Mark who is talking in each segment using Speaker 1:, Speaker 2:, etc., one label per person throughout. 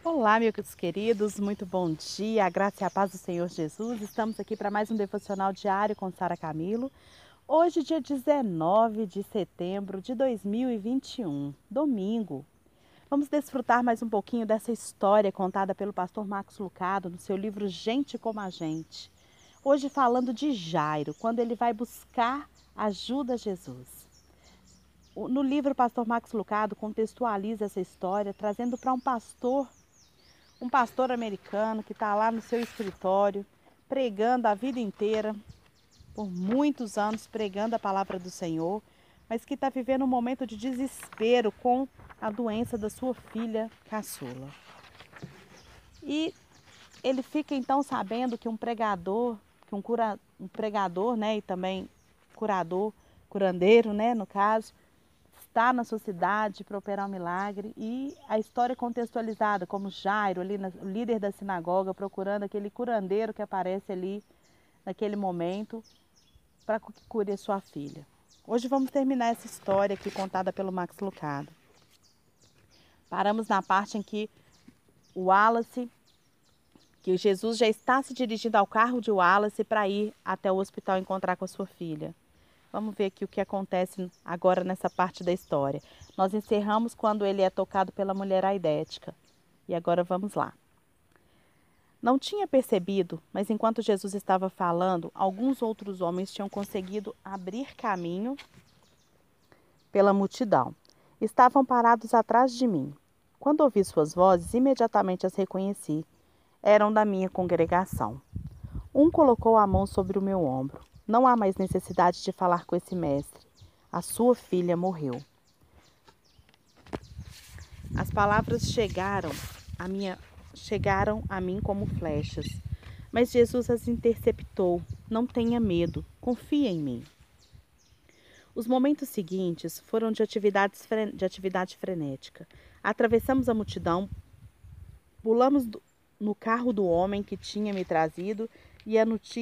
Speaker 1: Olá, meus queridos, muito bom dia, a graça e a paz do Senhor Jesus. Estamos aqui para mais um devocional diário com Sara Camilo. Hoje, dia 19 de setembro de 2021, domingo. Vamos desfrutar mais um pouquinho dessa história contada pelo pastor Marcos Lucado no seu livro Gente como a Gente. Hoje falando de Jairo, quando ele vai buscar ajuda a Jesus. No livro, o pastor Marcos Lucado contextualiza essa história, trazendo para um pastor americano que está lá no seu escritório, pregando a vida inteira, por muitos anos, pregando a palavra do Senhor, mas que está vivendo um momento de desespero com a doença da sua filha caçula. E ele fica então sabendo que um pregador, um pregador, né, e também curador, curandeiro, né, no caso, está na sua cidade para operar um milagre, e a história é contextualizada como Jairo, ali, o líder da sinagoga, procurando aquele curandeiro que aparece ali naquele momento para que cure a sua filha. Hoje vamos terminar essa história aqui contada pelo Max Lucado. Paramos na parte em que que Jesus já está se dirigindo ao carro de Wallace para ir até o hospital encontrar com a sua filha. Vamos ver aqui o que acontece agora nessa parte da história. Nós encerramos quando ele é tocado pela mulher aidética. E agora vamos lá. Não tinha percebido, mas enquanto Jesus estava falando, alguns outros homens tinham conseguido abrir caminho pela multidão. Estavam parados atrás de mim. Quando ouvi suas vozes, imediatamente as reconheci. Eram da minha congregação. Um colocou a mão sobre o meu ombro. Não há mais necessidade de falar com esse mestre. A sua filha morreu. As palavras chegaram a mim como flechas. Mas Jesus as interceptou. Não tenha medo. Confia em mim. Os momentos seguintes foram de atividade frenética. Atravessamos a multidão, pulamos no carro do homem que tinha me trazido e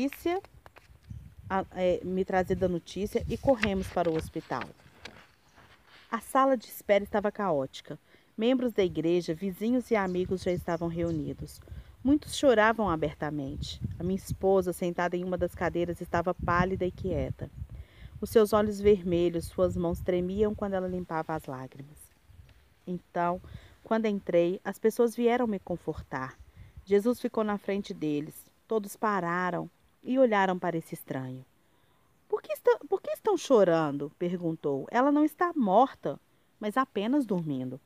Speaker 1: me trazido a notícia e corremos para o hospital. A sala de espera estava caótica. Membros da igreja, vizinhos e amigos já estavam reunidos. Muitos choravam abertamente. A minha esposa, sentada em uma das cadeiras, estava pálida e quieta. Os seus olhos vermelhos, suas mãos tremiam quando ela limpava as lágrimas. Então, quando entrei, as pessoas vieram me confortar. Jesus ficou na frente deles. Todos pararam e olharam para esse estranho. Por que estão chorando? Perguntou. Ela não está morta, mas apenas dormindo.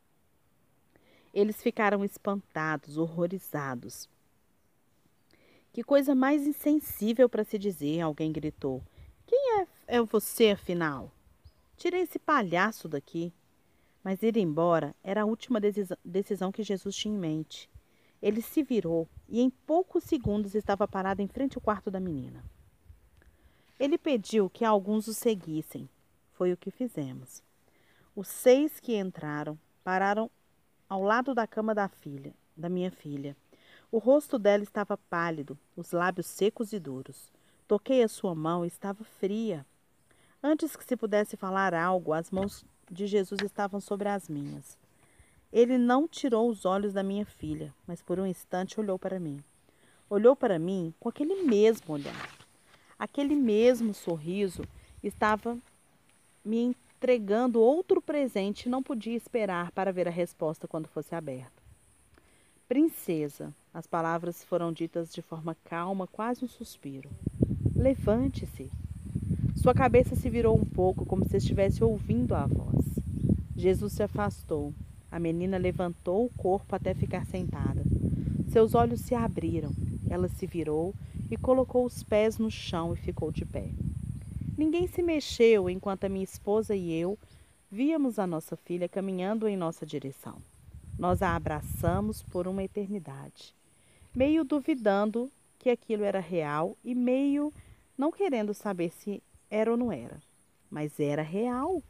Speaker 1: Eles ficaram espantados, horrorizados. Que coisa mais insensível para se dizer, alguém gritou. Quem é você, afinal? Tirem esse palhaço daqui. Mas ir embora era a última decisão que Jesus tinha em mente. Ele se virou e em poucos segundos estava parado em frente ao quarto da menina. Ele pediu que alguns o seguissem. Foi o que fizemos. Os 6 que entraram pararam ao lado da cama da minha filha. O rosto dela estava pálido, os lábios secos e duros. Toquei a sua mão e estava fria. Antes que se pudesse falar algo, as mãos de Jesus estavam sobre as minhas. Ele não tirou os olhos da minha filha, mas por um instante olhou para mim. Olhou para mim com aquele mesmo olhar. Aquele mesmo sorriso estava me entregando outro presente e não podia esperar para ver a resposta quando fosse aberto. Princesa, as palavras foram ditas de forma calma, quase um suspiro. Levante-se. Sua cabeça se virou um pouco, como se estivesse ouvindo a voz. Jesus se afastou. A menina levantou o corpo até ficar sentada. Seus olhos se abriram. Ela se virou e colocou os pés no chão e ficou de pé. Ninguém se mexeu enquanto a minha esposa e eu víamos a nossa filha caminhando em nossa direção. Nós a abraçamos por uma eternidade, meio duvidando que aquilo era real e meio não querendo saber se era ou não era. Mas era real.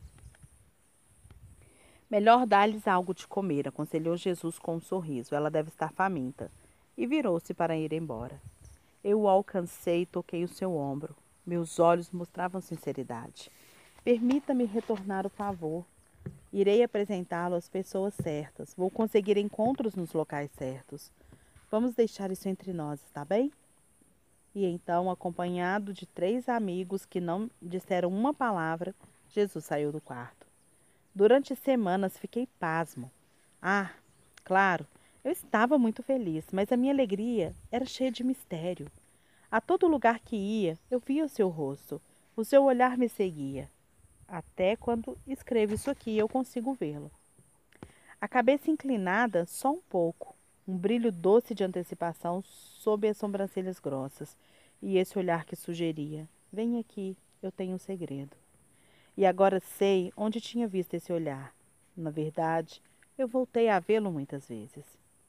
Speaker 1: Melhor dar-lhes algo de comer, aconselhou Jesus com um sorriso. Ela deve estar faminta. E virou-se para ir embora. Eu o alcancei e toquei o seu ombro. Meus olhos mostravam sinceridade. Permita-me retornar o favor. Irei apresentá-lo às pessoas certas. Vou conseguir encontros nos locais certos. Vamos deixar isso entre nós, está bem? E então, acompanhado de 3 amigos que não disseram uma palavra, Jesus saiu do quarto. Durante semanas fiquei pasmo. Ah, claro, eu estava muito feliz, mas a minha alegria era cheia de mistério. A todo lugar que ia, eu via o seu rosto. O seu olhar me seguia. Até quando escrevo isso aqui, eu consigo vê-lo. A cabeça inclinada só um pouco, um brilho doce de antecipação sob as sobrancelhas grossas, e esse olhar que sugeria: vem aqui, eu tenho um segredo. E agora sei onde tinha visto esse olhar. Na verdade, eu voltei a vê-lo muitas vezes.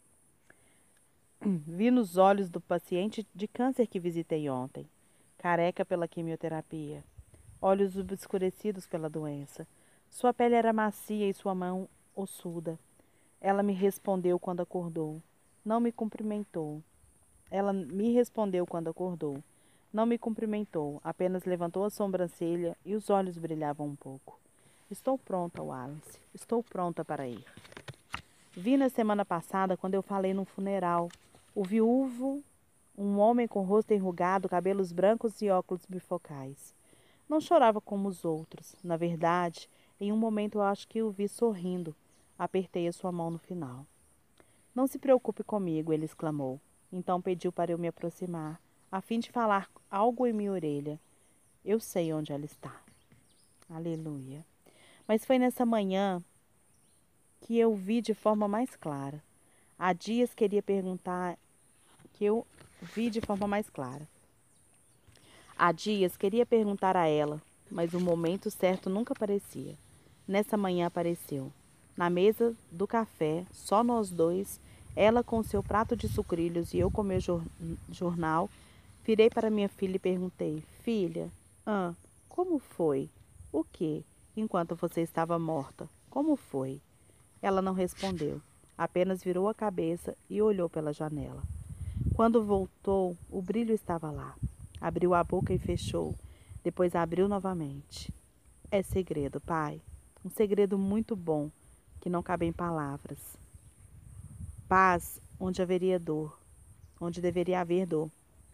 Speaker 1: Vi nos olhos do paciente de câncer que visitei ontem, careca pela quimioterapia, olhos obscurecidos pela doença. Sua pele era macia e sua mão ossuda. Ela me respondeu quando acordou. Não me cumprimentou. Ela me respondeu quando acordou. Não me cumprimentou, apenas levantou a sobrancelha e os olhos brilhavam um pouco. Estou pronta, Wallace. Estou pronta para ir. Vi na semana passada quando eu falei num funeral. O viúvo, um homem com rosto enrugado, cabelos brancos e óculos bifocais. Não chorava como os outros. Na verdade, em um momento eu acho que o vi sorrindo. Apertei a sua mão no final. Não se preocupe comigo, ele exclamou. Então pediu para eu me aproximar, a fim de falar algo em minha orelha. Eu sei onde ela está. Aleluia. Mas foi nessa manhã que eu vi de forma mais clara. Há dias queria perguntar que eu vi de forma mais clara. Há dias queria perguntar a ela, mas o momento certo nunca aparecia. Nessa manhã apareceu. Na mesa do café, só nós dois, ela com seu prato de sucrilhos e eu com meu jornal, virei para minha filha e perguntei: Filha, como foi? O quê? Enquanto você estava morta, como foi? Ela não respondeu, apenas virou a cabeça e olhou pela janela. Quando voltou, o brilho estava lá. Abriu a boca e fechou. Depois abriu novamente. É segredo, pai. Um segredo muito bom, que não cabe em palavras. Paz onde haveria dor, onde deveria haver dor.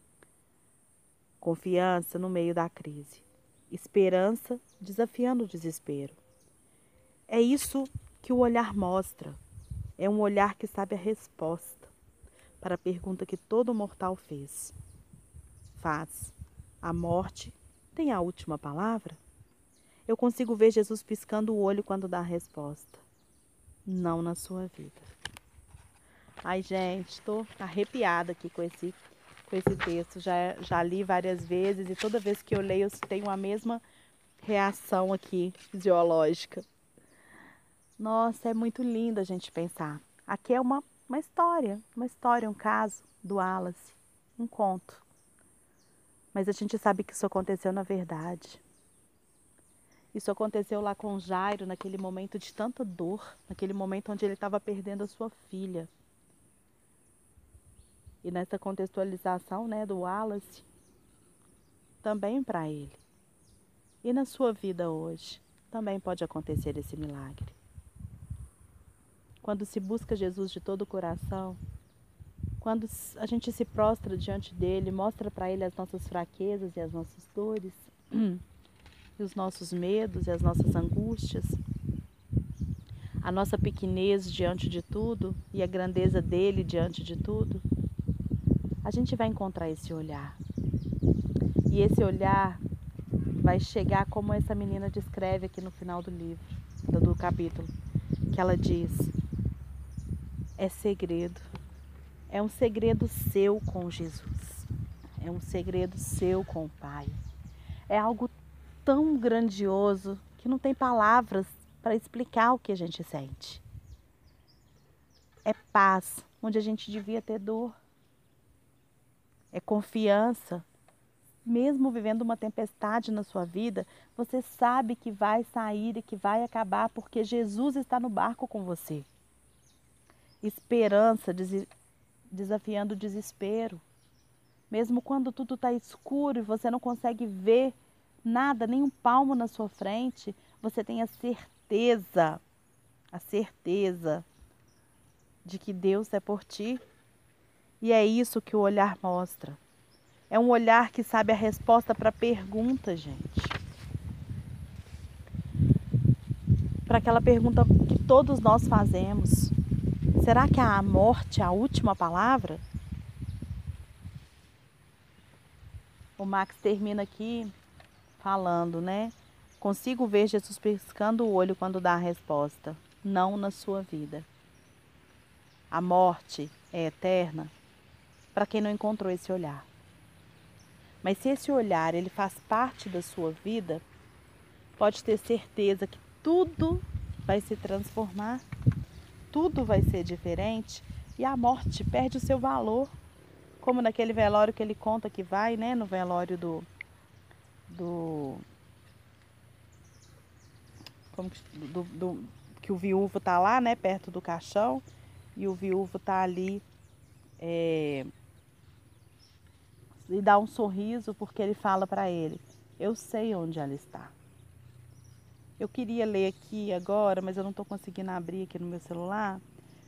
Speaker 1: Confiança no meio da crise. Esperança desafiando o desespero. É isso que o olhar mostra. É um olhar que sabe a resposta para a pergunta que todo mortal faz. A morte tem a última palavra? Eu consigo ver Jesus piscando o olho quando dá a resposta. Não na sua vida. Ai, gente, estou arrepiada aqui com esse texto. Já li várias vezes e toda vez que eu leio eu tenho a mesma reação aqui fisiológica. Nossa, é muito lindo a gente pensar. Aqui é uma história, um caso do Wallace, um conto. Mas a gente sabe que isso aconteceu na verdade. Isso aconteceu lá com Jairo, naquele momento de tanta dor, naquele momento onde ele estava perdendo a sua filha. E nessa contextualização, né, do Wallace, também para ele. E na sua vida hoje, também pode acontecer esse milagre. Quando se busca Jesus de todo o coração, quando a gente se prostra diante dele, mostra para ele as nossas fraquezas e as nossas dores, e os nossos medos e as nossas angústias, a nossa pequenez diante de tudo e a grandeza dele diante de tudo, a gente vai encontrar esse olhar. E esse olhar vai chegar como essa menina descreve aqui no final do livro, do capítulo, que ela diz: é segredo. É um segredo seu com Jesus. É um segredo seu com o Pai. É algo tão grandioso que não tem palavras para explicar o que a gente sente. É paz, onde a gente devia ter dor. É confiança. Mesmo vivendo uma tempestade na sua vida, você sabe que vai sair e que vai acabar porque Jesus está no barco com você. Esperança, desafiando o desespero. Mesmo quando tudo está escuro e você não consegue ver nada, nem um palmo na sua frente, você tem a certeza a certeza de que Deus é por ti. E é isso que o olhar mostra. É um olhar que sabe a resposta para a pergunta, gente. Para aquela pergunta que todos nós fazemos. Será que a morte é a última palavra? O Max termina aqui falando, né? Consigo ver Jesus piscando o olho quando dá a resposta. Não na sua vida. A morte é eterna para quem não encontrou esse olhar. Mas se esse olhar ele faz parte da sua vida, pode ter certeza que tudo vai se transformar, tudo vai ser diferente e a morte perde o seu valor. Como naquele velório que ele conta que vai, né? No velório que o viúvo tá lá, né? Perto do caixão e o viúvo tá ali e dá um sorriso porque ele fala para ele: eu sei onde ela está. Eu queria ler aqui agora, mas eu não estou conseguindo abrir aqui no meu celular,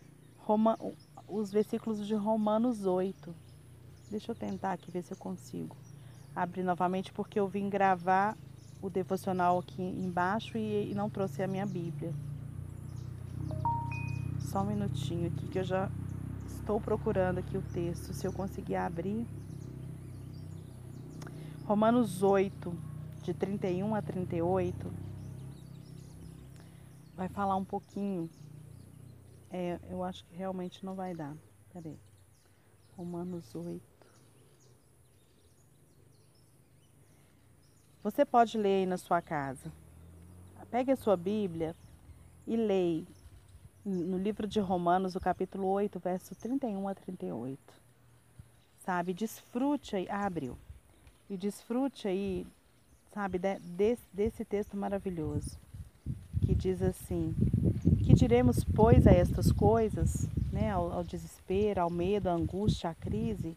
Speaker 1: os versículos de Romanos 8. Deixa eu tentar aqui ver se eu consigo abrir novamente, porque eu vim gravar o devocional aqui embaixo e não trouxe a minha Bíblia. Só um minutinho aqui que eu já estou procurando aqui o texto, se eu conseguir abrir. Romanos 8, de 31 a 38, vai falar um pouquinho. Eu acho que realmente não vai dar. Peraí. Romanos 8. Você pode ler aí na sua casa. Pegue a sua Bíblia e leia no livro de Romanos, o capítulo 8, verso 31 a 38. Sabe? Desfrute aí. Abriu. E desfrute aí, sabe, desse texto maravilhoso. Que diz assim: que diremos, pois, a estas coisas, né, ao desespero, ao medo, à angústia, à crise?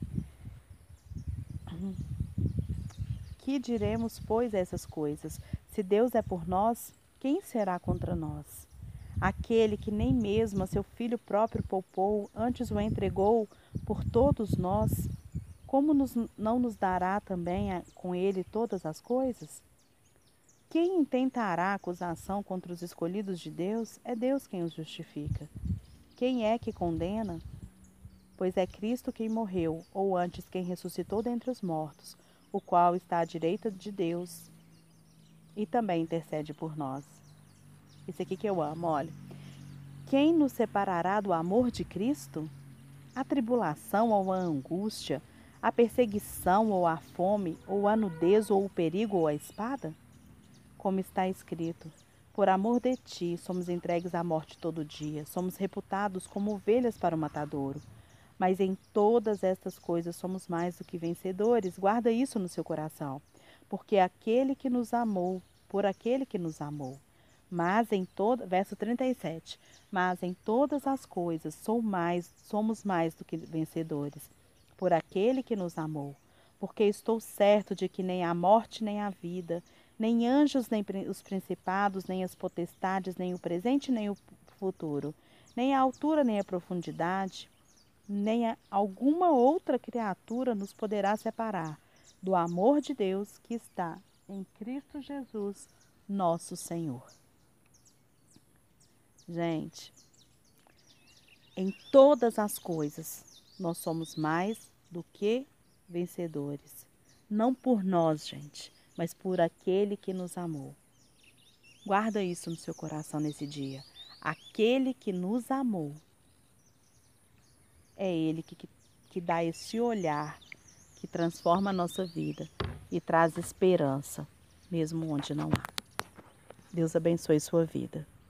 Speaker 1: Que diremos, pois, a essas coisas? Se Deus é por nós, quem será contra nós? Aquele que nem mesmo a seu Filho próprio poupou, antes o entregou por todos nós, como não nos dará também com ele todas as coisas? Quem intentará acusação contra os escolhidos de Deus? É Deus quem os justifica. Quem é que condena? Pois é Cristo quem morreu, ou antes quem ressuscitou dentre os mortos, o qual está à direita de Deus e também intercede por nós. Esse aqui que eu amo, olha. Quem nos separará do amor de Cristo? A tribulação ou a angústia, a perseguição ou a fome, ou a nudez ou o perigo ou a espada? Como está escrito: por amor de ti somos entregues à morte todo dia, somos reputados como ovelhas para o matadouro. Mas em todas estas coisas somos mais do que vencedores. Guarda isso no seu coração, porque por aquele que nos amou. Verso 37, mas em todas as coisas somos mais do que vencedores, por aquele que nos amou. Porque estou certo de que nem a morte, nem a vida, nem anjos, nem os principados, nem as potestades, nem o presente, nem o futuro, nem a altura, nem a profundidade, nem alguma outra criatura nos poderá separar do amor de Deus que está em Cristo Jesus, nosso Senhor. Gente, em todas as coisas nós somos mais do que vencedores. Não por nós, gente, mas por aquele que nos amou. Guarda isso no seu coração nesse dia. Aquele que nos amou. É Ele que dá esse olhar que transforma a nossa vida e traz esperança, mesmo onde não há. Deus abençoe sua vida.